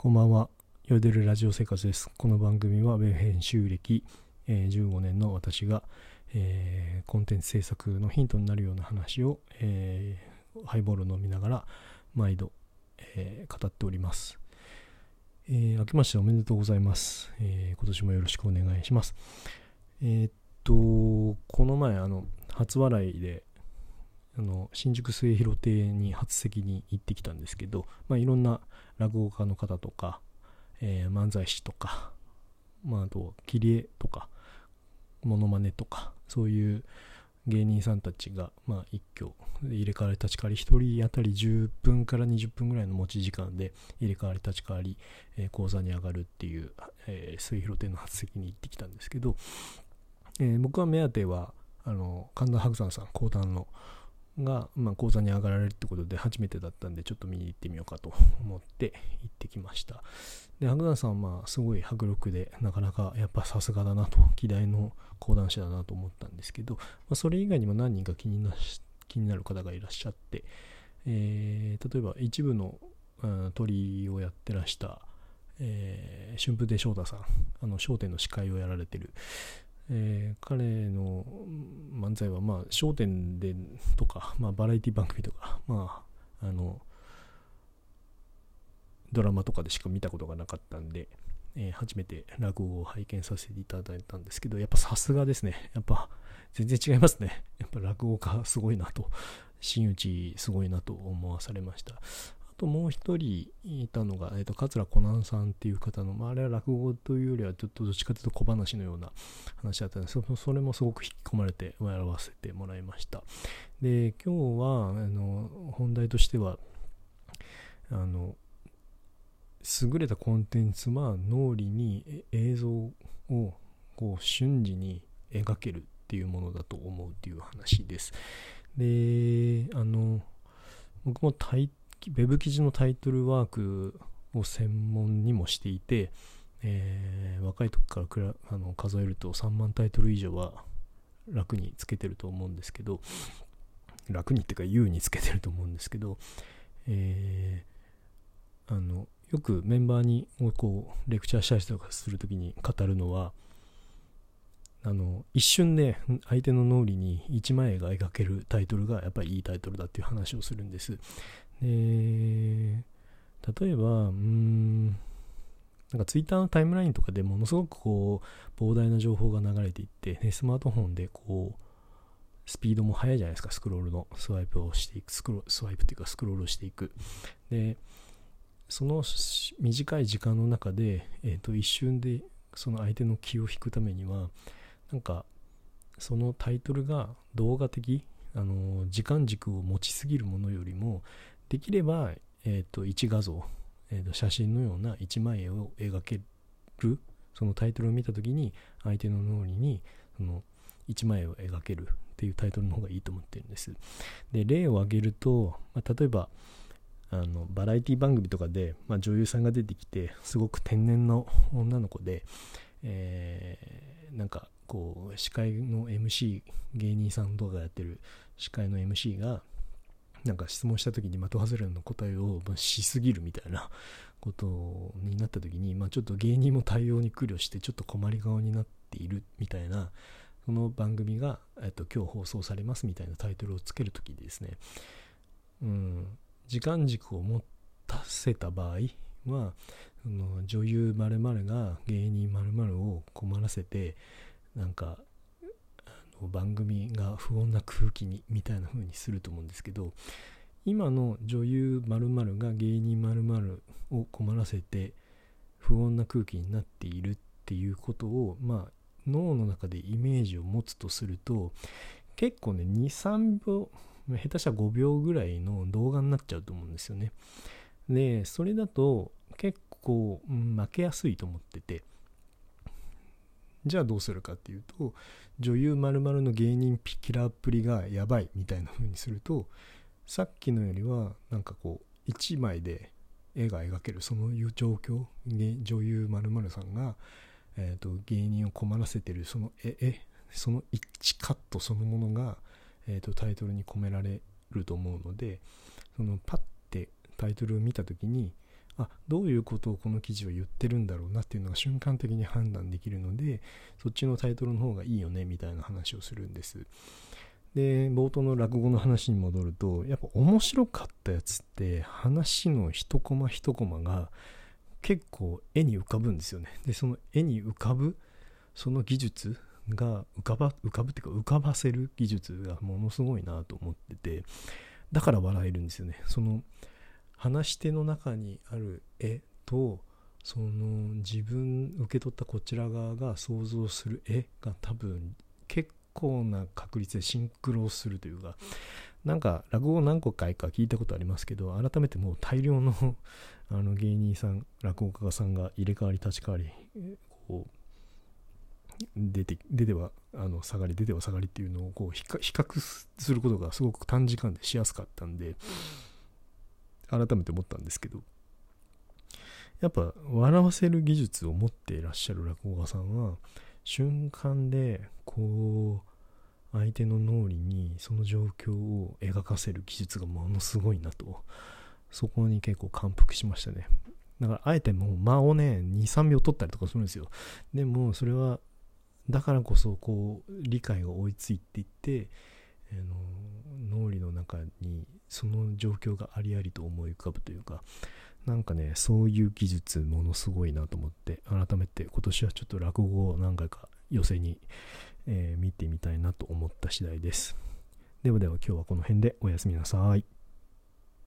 こんばんは。ヨデルラジオ生活です。この番組はウェブ編集歴、15年の私が、コンテンツ制作のヒントになるような話を、ハイボールを飲みながら毎度、語っております。明けましておめでとうございます。今年もよろしくお願いします。この前初笑いで新宿末広亭に初席に行ってきたんですけど、いろんな落語家の方とか、漫才師とか、あと切り絵とかモノマネとか、そういう芸人さんたちが、一挙で入れ替わり立ち替わり、1人当たり10分から20分ぐらいの持ち時間で入れ替わり立ち替わり、講座に上がるっていう、末広亭の初席に行ってきたんですけど、僕は目当ては神田伯山さん講談のが、講座に上がられるってことで初めてだったんで、ちょっと見に行ってみようかと思って行ってきました。で、伯山さんはすごい迫力で、なかなかやっぱさすがだなと、希代の講談師だなと思ったんですけど、それ以外にも何人か気になる方がいらっしゃって、例えば一部の、鳥をやってらした、春風亭昇太さん、笑点の司会をやられてる彼の漫才は笑点でとか、バラエティ番組とか、ドラマとかでしか見たことがなかったんで、初めて落語を拝見させていただいたんですけど、やっぱさすがですね。やっぱ全然違いますね。やっぱ落語家すごいなと、真打ちすごいなと思わされました。あともう一人いたのが、桂小南さんっていう方の、あれは落語というよりはちょっとどっちかというと小話のような話だったんですけど、それもすごく引き込まれて笑わせてもらいました。で、今日は本題としては優れたコンテンツは脳裏に映像をこう瞬時に描けるっていうものだと思うっていう話です。で、僕もウェブ記事のタイトルワークを専門にもしていて、若い時から数えると3万タイトル以上は楽につけてると思うんですけど、楽にっていうか優につけてると思うんですけど、よくメンバーにこうレクチャーしたりとかするときに語るのは、一瞬で相手の脳裏に一枚絵が描けるタイトルがやっぱりいいタイトルだっていう話をするんです。例えばなんかツイッターのタイムラインとかでものすごくこう膨大な情報が流れていって、スマートフォンでこうスピードも速いじゃないですか。スクロールのスワイプをしていく、スワイプっていうかスクロールをしていく。で、その短い時間の中で、一瞬でその相手の気を引くためには、なんかそのタイトルが動画的、時間軸を持ちすぎるものよりも、できれば、1画像、写真のような一枚絵を描ける、そのタイトルを見たときに相手の脳裏にその一枚絵を描けるっていうタイトルの方がいいと思ってるんです。で、例を挙げると、例えばバラエティ番組とかで、女優さんが出てきて、すごく天然の女の子で、なんかこう司会の MC、 芸人さんとかがやってる司会の MC がなんか質問した時に的外れの答えをしすぎるみたいなことになった時に、ちょっと芸人も対応に苦慮してちょっと困り顔になっているみたいな、その番組が、今日放送されますみたいなタイトルをつける時ですね、時間軸を持たせた場合は、女優〇〇が芸人〇〇を困らせて、なんか番組が不穏な空気にみたいな風にすると思うんですけど、今の女優〇〇が芸人〇〇を困らせて不穏な空気になっているっていうことを、脳の中でイメージを持つとすると、結構ね 2,3 秒、下手したら5秒ぐらいの動画になっちゃうと思うんですよね。で、それだと結構、負けやすいと思ってて、じゃあどうするかっていうと、女優〇〇の芸人キラーっぷりがやばいみたいな風にすると、さっきのよりはなんかこう一枚で絵が描ける、そのいう状況、女優〇〇さんが、芸人を困らせてるそのその1カットそのものが、タイトルに込められると思うので、そのパッてタイトルを見たときに、 どういうことをこの記事は言ってるんだろうなっていうのが瞬間的に判断できるので、そっちのタイトルの方がいいよねみたいな話をするんです。で、冒頭の落語の話に戻ると、やっぱ面白かったやつって話の一コマ一コマが結構絵に浮かぶんですよね。で、その絵に浮かぶその技術が浮かぶっていうか、浮かばせる技術がものすごいなと思ってて、だから笑えるんですよね。その話し手の中にある絵と、その受け取ったこちら側が想像する絵が多分結構な確率でシンクロするというか、なんか落語何個か聞いたことありますけど、改めてもう大量の芸人さん、落語家さんが入れ替わり立ち替わり、こう出ては下がり、出ては下がりっていうのをこう比較することがすごく短時間でしやすかったんで、改めて思ったんですけど、やっぱ笑わせる技術を持っていらっしゃる落語家さんは瞬間でこう相手の脳裏にその状況を描かせる技術がものすごいなと、そこに結構感服しましたね。だからあえてもう間をね 2,3 秒取ったりとかするんですよ。でもそれはだからこそこう理解が追いついていって、脳裏の中にその状況がありありと思い浮かぶというか、なんかね、そういう技術ものすごいなと思って、改めて今年はちょっと落語を何回か寄せに、見てみたいなと思った次第です。では今日はこの辺でおやすみなさい。